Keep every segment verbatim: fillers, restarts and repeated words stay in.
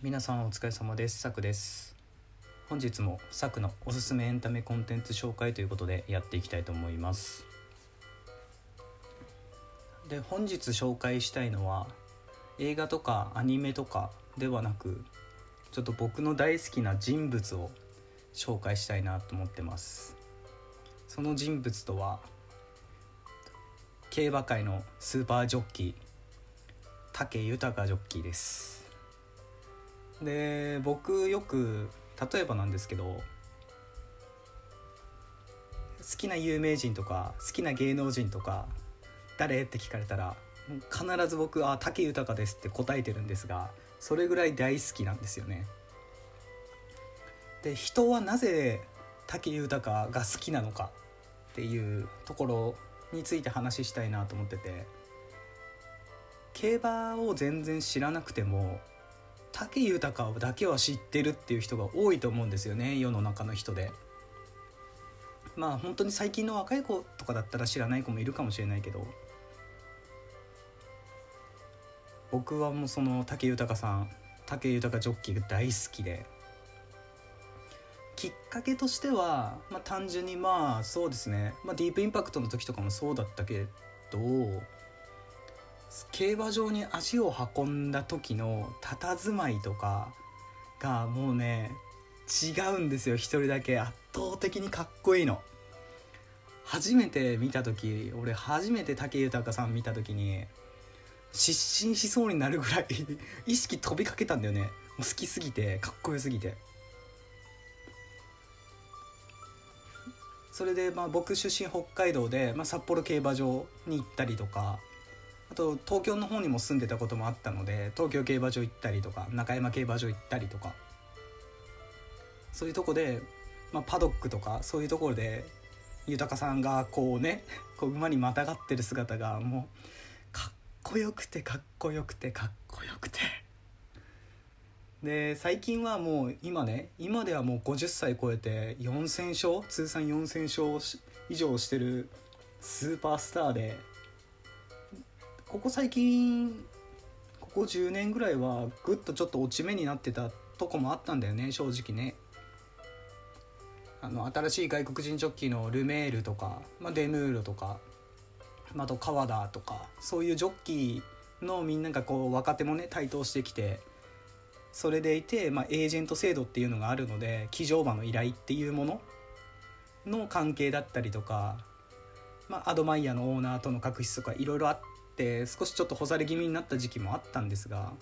皆さんお疲れ様です。さくです。本日もさくのおすすめエンタメコンテンツ紹介ということでやっていきたいと思います。で、本日紹介したいのは映画とかアニメとかではなく、ちょっと僕の大好きな人物を紹介したいなと思ってます。その人物とは競馬界のスーパージョッキー武豊ジョッキーです。で、僕よく例えばなんですけど、好きな有名人とか好きな芸能人とか誰って聞かれたら必ず僕は武豊ですって答えてるんですが、それぐらい大好きなんですよね。で、人はなぜ武豊が好きなのかっていうところについて話したいなと思ってて、競馬を全然知らなくても武豊だけは知ってるっていう人が多いと思うんですよね、世の中の人で。まあ本当に最近の若い子とかだったら知らない子もいるかもしれないけど、僕はもうその武豊さん武豊ジョッキーが大好きで、きっかけとしては、まあ、単純にまあそうですね、まあ、ディープインパクトの時とかもそうだったけど、競馬場に足を運んだ時の佇まいとかがもうね違うんですよ。一人だけ圧倒的にかっこいいの。初めて見た時俺初めて武豊さん見た時に失神しそうになるぐらい意識飛びかけたんだよね。もう好きすぎて、かっこよすぎて。それでまあ僕出身北海道で、まあ、札幌競馬場に行ったりとか、あと東京の方にも住んでたこともあったので東京競馬場行ったりとか中山競馬場行ったりとか、そういうとこで、まあ、パドックとかそういうところで豊さんがこうねこう馬にまたがってる姿がもうかっこよくてかっこよくてかっこよくて、で最近はもう今ね今ではもうごじゅっさい超えてよんせん勝通算よんせん勝以上してるスーパースターで、ここ最近ここじゅうねんぐらいはぐっとちょっと落ち目になってたとこもあったんだよね、正直ね。あの新しい外国人ジョッキーのルメールとか、まあ、デムーロとか、あと川田とか、そういうジョッキーのみんながこう若手もね台頭してきて、それでいて、まあ、エージェント制度っていうのがあるので騎乗馬の依頼っていうものの関係だったりとか、まあ、アドマイヤのオーナーとの確執とかいろいろあって、少しちょっと干され気味になった時期もあったんですが、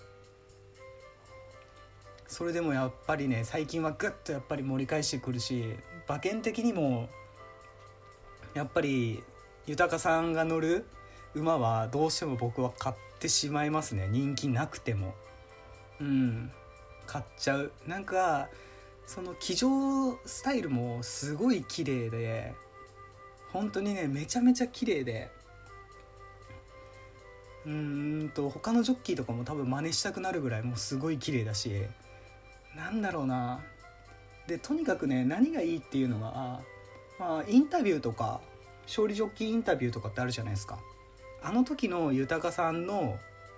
それでもやっぱりね最近はグッとやっぱり盛り返してくるし、馬券的にもやっぱり豊さんが乗る馬はどうしても僕は買ってしまいますね、人気なくても。うん買っちゃう。なんかその騎乗スタイルもすごい綺麗で、本当にねめちゃめちゃ綺麗で、うーんと他のジョッキーとかも多分真似したくなるぐらいもうすごい綺麗だし、なんだろうな。でとにかくね何がいいっていうのが、まあ、インタビューとか勝利ジョッキーインタビューとかってあるじゃないですか。あの時の豊さんの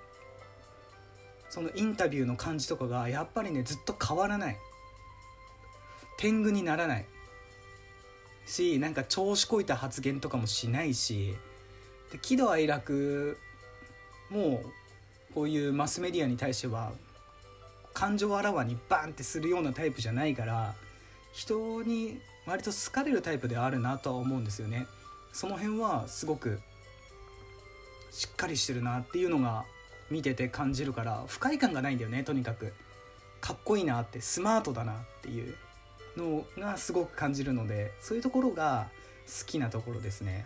そのインタビューの感じとかがやっぱりねずっと変わらない、天狗にならないし、なんか調子こいた発言とかもしないし、で喜怒哀楽もこういうマスメディアに対しては感情をあらわにバンってするようなタイプじゃないから、人に割と好かれるタイプであるなとは思うんですよね。その辺はすごくしっかりしてるなっていうのが見てて感じるから、不快感がないんだよね。とにかくかっこいいなって、スマートだなっていうのがすごく感じるので、そういうところが好きなところですね。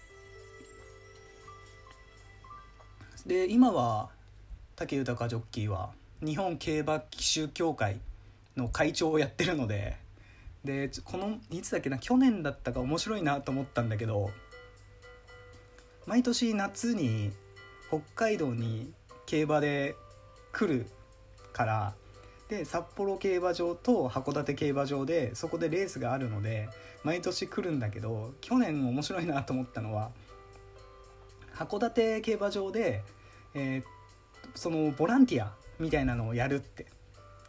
で今は武豊ジョッキーは日本競馬騎手協会の会長をやってるので、でこのいつだっけな去年だったか面白いなと思ったんだけど、毎年夏に北海道に競馬で来るから、で札幌競馬場と函館競馬場でそこでレースがあるので毎年来るんだけど、去年面白いなと思ったのは函館競馬場で、えー、そのボランティアみたいなのをやるって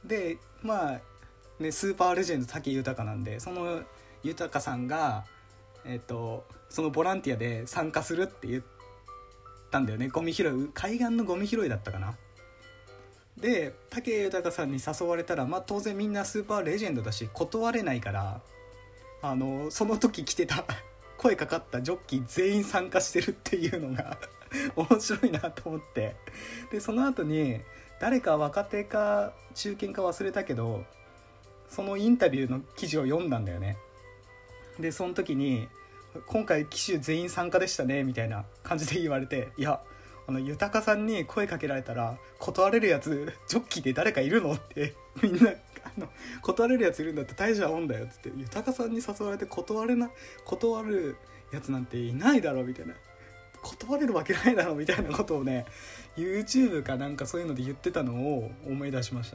でまあねスーパーレジェンド武豊なんで、その豊さんがえっとそのボランティアで参加するって言ったんだよね。ゴミ拾い、海岸のゴミ拾いだったかな。で武豊さんに誘われたら、まあ当然みんなスーパーレジェンドだし断れないから、あのその時来てた声かかったジョッキー全員参加してるっていうのが面白いなと思って、でその後に誰か若手か中堅か忘れたけどそのインタビューの記事を読んだんだよね。でその時に今回騎手全員参加でしたねみたいな感じで言われて、いやあの豊さんに声かけられたら断れるやつジョッキーで誰かいるのってみんなあの断れるやついるんだって大したもんだよっつって、豊さんに誘われて断れな断るやつなんていないだろみたいな、断れるわけないだろみたいなことをね YouTube かなんかそういうので言ってたのを思い出しました。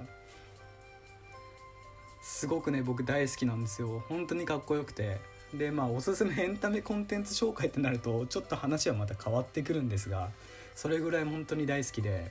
すごくね僕大好きなんですよ。本当にかっこよくて、でまあおすすめエンタメコンテンツ紹介ってなるとちょっと話はまた変わってくるんですが、それぐらい本当に大好きで、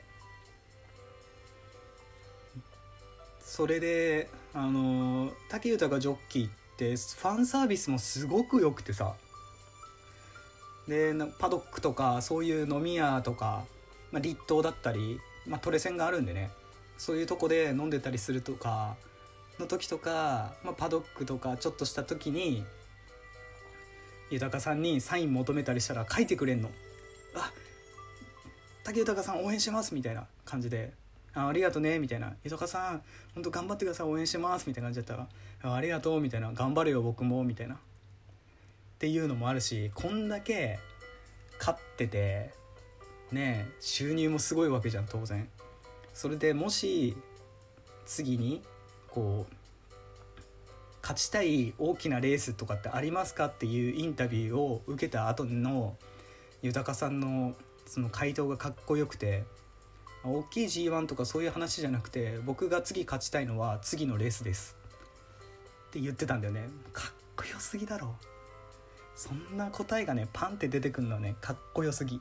それであの武豊ジョッキーってファンサービスもすごく良くてさ、でパドックとかそういう飲み屋とか、まあ、立東だったり、まあ、トレセンがあるんでね、そういうとこで飲んでたりするとかの時とか、まあ、パドックとかちょっとした時に豊さんにサイン求めたりしたら書いてくれんの。あ、武豊さん応援してますみたいな感じで、 あ, ありがとねみたいな、豊さん本当頑張ってください応援してますみたいな感じだったら、 あ, ありがとうみたいな、頑張るよ僕もみたいなっていうのもあるし、こんだけ勝っててね収入もすごいわけじゃん当然。それでもし次にこう勝ちたい大きなレースとかってありますかっていうインタビューを受けた後の豊さんのその回答がかっこよくて、大きい ジーワン とかそういう話じゃなくて、僕が次勝ちたいのは次のレースですって言ってたんだよね。かっこよすぎだろ。そんな答えがねパンって出てくるのはねかっこよすぎ。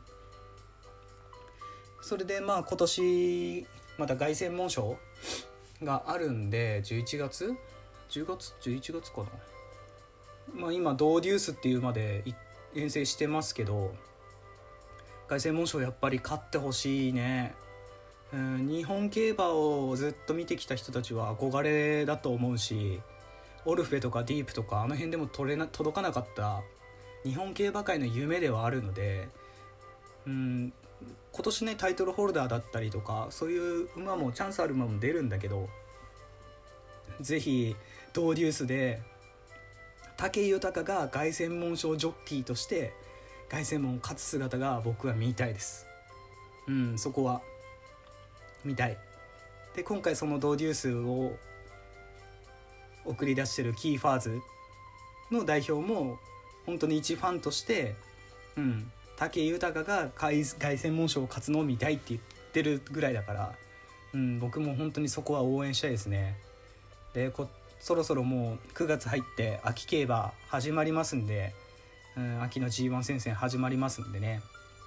それでまあ今年また凱旋門賞があるんで、じゅういちがつじゅうがつじゅういちがつかな、まあ今ドーデュースっていうまで遠征してますけど、凱旋門賞やっぱり勝ってほしいね。うん、日本競馬をずっと見てきた人たちは憧れだと思うし、オルフェとかディープとかあの辺でも取れな届かなかった日本競馬界の夢ではあるので、うん、今年ねタイトルホルダーだったりとかそういう馬もチャンスある馬も出るんだけど、ぜひドーデュースで武豊が凱旋門賞ジョッキーとして凱旋門を勝つ姿が僕は見たいです。うん、そこは見たい。で今回そのドーデュースを送り出してるキーファーズの代表も本当に一ファンとして、うん、武豊が凱旋門賞を勝つのを見たいって言ってるぐらいだから、うん、僕も本当にそこは応援したいですね。でこそろそろもうくがつ入って秋競馬始まりますんで、うん、秋の ジーワン 戦線始まりますんでね。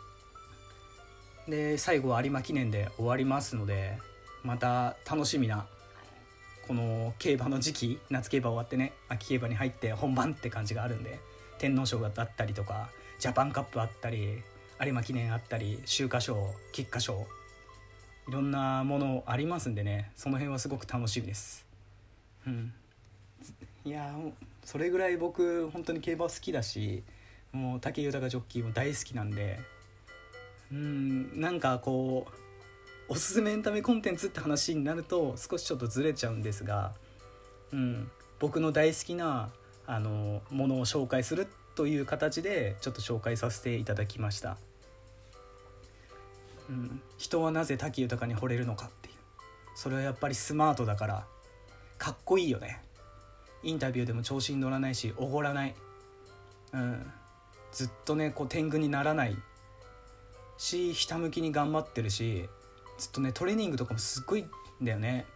で最後は有馬記念で終わりますので、また楽しみなこの競馬の時期、夏競馬終わってね秋競馬に入って本番って感じがあるんで、天皇賞があったりとかジャパンカップあったり有馬記念あったり秋華賞菊花賞いろんなものありますんでね、その辺はすごく楽しみです。うん、いやそれぐらい僕本当に競馬好きだし、もう武豊ジョッキーも大好きなんで、うんなんかこうおすすめエンタメコンテンツって話になると少しちょっとずれちゃうんですが、うん、僕の大好きなあのものを紹介するという形でちょっと紹介させていただきました。うん、人はなぜ武豊に惚れるのかっていう、それはやっぱりスマートだからかっこいいよね。インタビューでも調子に乗らないしおごらない、うん、ずっとねこう天狗にならないし、ひたむきに頑張ってるし、ずっとねトレーニングとかもすっごいんだよね。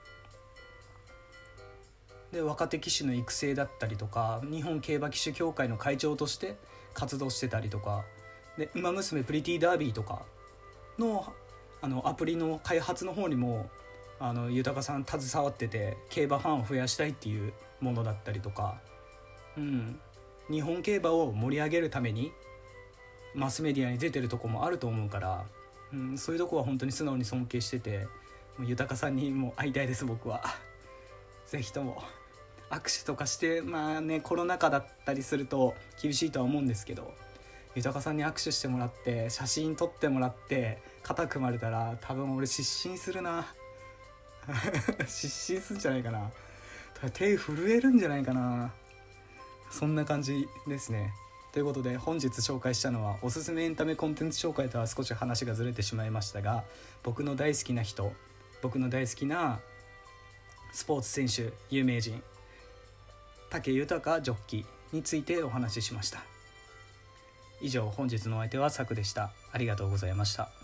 で若手騎手の育成だったりとか、日本競馬騎手協会の会長として活動してたりとかで、馬娘プリティダービーとかのあのアプリの開発の方にもあの豊さん携わってて競馬ファンを増やしたいっていうものだったりとか、うん、日本競馬を盛り上げるためにマスメディアに出てるとこもあると思うから、うん、そういうとこは本当に素直に尊敬してて、もう豊さんにも会いたいです僕は。ぜひとも握手とかして、まあねコロナ禍だったりすると厳しいとは思うんですけど、豊さんに握手してもらって写真撮ってもらって肩組まれたら多分俺失神するな失神するんじゃないかな、手震えるんじゃないかな、そんな感じですね。ということで本日紹介したのはおすすめエンタメコンテンツ紹介とは少し話がずれてしまいましたが、僕の大好きな人、僕の大好きなスポーツ選手有名人武豊ジョッキーについてお話ししました。以上本日のお相手はサクでした。ありがとうございました。